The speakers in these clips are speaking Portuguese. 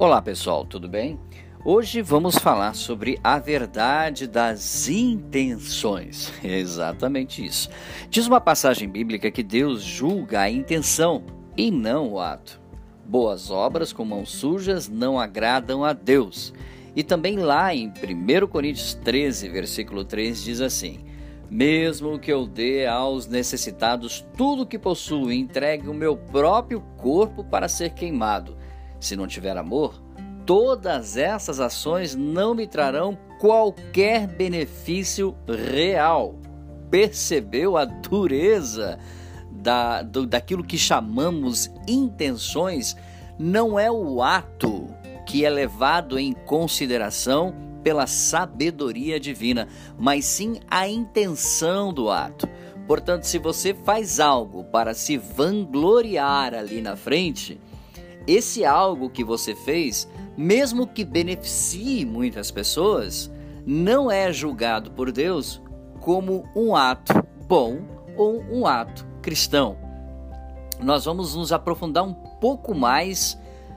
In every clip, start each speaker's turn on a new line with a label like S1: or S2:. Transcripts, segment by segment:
S1: Olá pessoal, tudo bem? Hoje vamos falar sobre a verdade das intenções. É exatamente isso. Diz uma passagem bíblica que Deus julga a intenção e não o ato. Boas obras com mãos sujas não agradam a Deus. E também lá em 1 Coríntios 13, versículo 3 diz assim: mesmo que eu dê aos necessitados tudo o que possuo e entregue o meu próprio corpo para ser queimado, se não tiver amor, todas essas ações não me trarão qualquer benefício real. Percebeu a dureza daquilo que chamamos intenções? Não é o ato que é levado em consideração pela sabedoria divina, mas sim a intenção do ato. Portanto, se você faz algo para se vangloriar ali na frente, esse algo que você fez, mesmo que beneficie muitas pessoas, não é julgado por Deus como um ato bom ou um ato cristão. Nós vamos nos aprofundar um pouco mais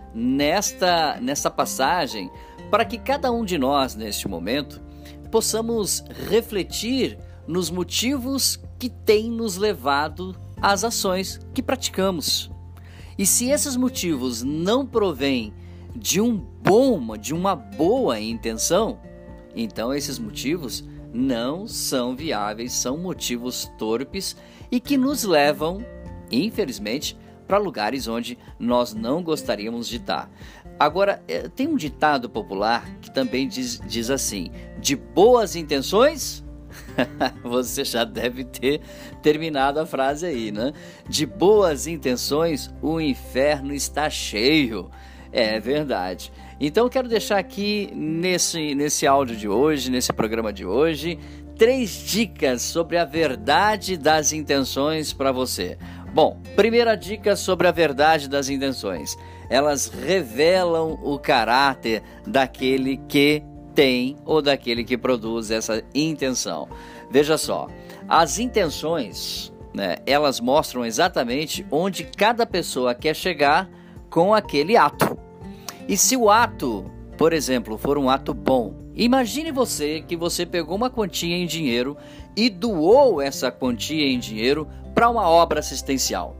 S1: nesta passagem, para que cada um de nós, neste momento, possamos refletir nos motivos que têm nos levado às ações que praticamos. E se esses motivos não provêm de uma boa intenção, então esses motivos não são viáveis, são motivos torpes e que nos levam, infelizmente, para lugares onde nós não gostaríamos de estar. Agora, tem um ditado popular que também diz assim: de boas intenções, você já deve ter terminado a frase aí, né? De boas intenções, o inferno está cheio. É verdade. Então, quero deixar aqui nesse áudio de hoje, nesse programa de hoje, 3 dicas sobre a verdade das intenções para você. Bom, primeira dica sobre a verdade das intenções: elas revelam o caráter daquele que tem ou daquele que produz essa intenção. Veja só, as intenções, elas mostram exatamente onde cada pessoa quer chegar com aquele ato. E se o ato, por exemplo, for um ato bom, imagine que você pegou uma quantia em dinheiro e doou essa quantia em dinheiro para uma obra assistencial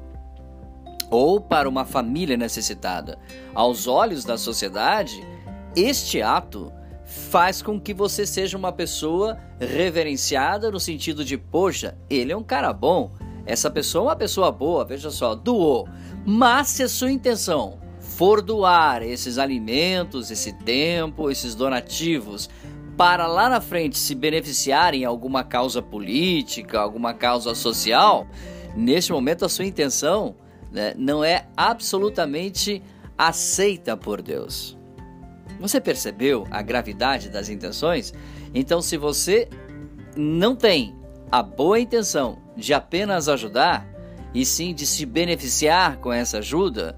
S1: ou para uma família necessitada. Aos olhos da sociedade, este ato faz com que você seja uma pessoa reverenciada no sentido de, poxa, ele é um cara bom, essa pessoa é uma pessoa boa, veja só, doou. Mas se a sua intenção for doar esses alimentos, esse tempo, esses donativos, para lá na frente se beneficiar em alguma causa política, alguma causa social, neste momento a sua intenção não é absolutamente aceita por Deus. Você percebeu a gravidade das intenções? Então, se você não tem a boa intenção de apenas ajudar, e sim de se beneficiar com essa ajuda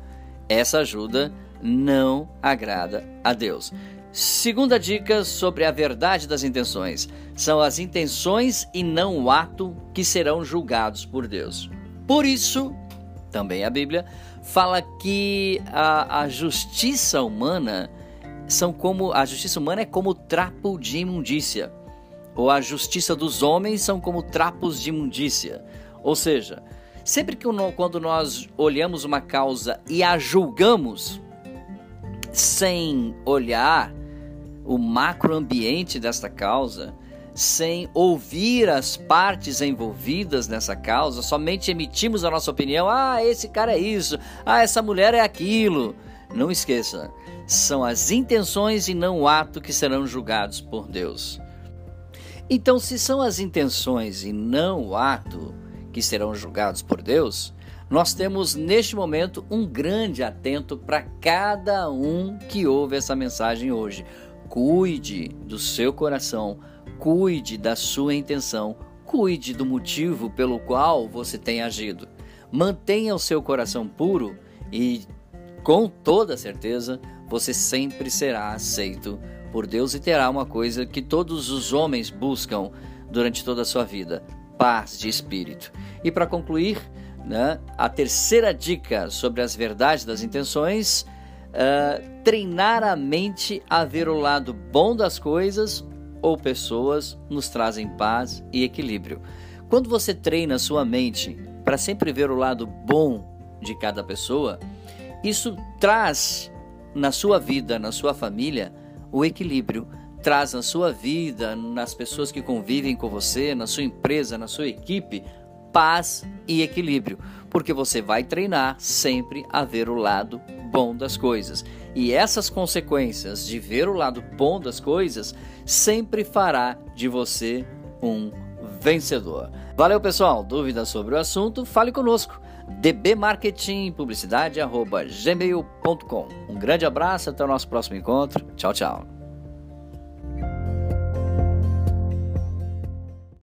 S1: não agrada a Deus. Segunda dica sobre a verdade das intenções: são as intenções e não o ato que serão julgados por Deus. Por isso, também a Bíblia fala que a justiça humana é como trapo de imundícia, ou a justiça dos homens são como trapos de imundícia. Ou seja, sempre quando nós olhamos uma causa e a julgamos sem olhar o macroambiente desta causa, sem ouvir as partes envolvidas nessa causa, somente emitimos a nossa opinião: esse cara é isso, essa mulher é aquilo. Não esqueça, são as intenções e não o ato que serão julgados por Deus. Então, se são as intenções e não o ato que serão julgados por Deus, nós temos neste momento um grande atento para cada um que ouve essa mensagem hoje. Cuide do seu coração, cuide da sua intenção, cuide do motivo pelo qual você tem agido. Mantenha o seu coração puro e, com toda certeza, você sempre será aceito por Deus e terá uma coisa que todos os homens buscam durante toda a sua vida: paz de espírito. E para concluir, a terceira dica sobre as verdades das intenções treinar a mente a ver o lado bom das coisas ou pessoas nos trazem paz e equilíbrio. Quando você treina a sua mente para sempre ver o lado bom de cada pessoa, isso traz na sua vida, na sua família, o equilíbrio. Traz na sua vida, nas pessoas que convivem com você, na sua empresa, na sua equipe, paz e equilíbrio, porque você vai treinar sempre a ver o lado bom das coisas. E essas consequências de ver o lado bom das coisas sempre fará de você um vencedor. Valeu, pessoal. Dúvidas sobre o assunto? Fale conosco. dbmarketingpublicidade@gmail.com. Um grande abraço, até o nosso próximo encontro. Tchau, tchau.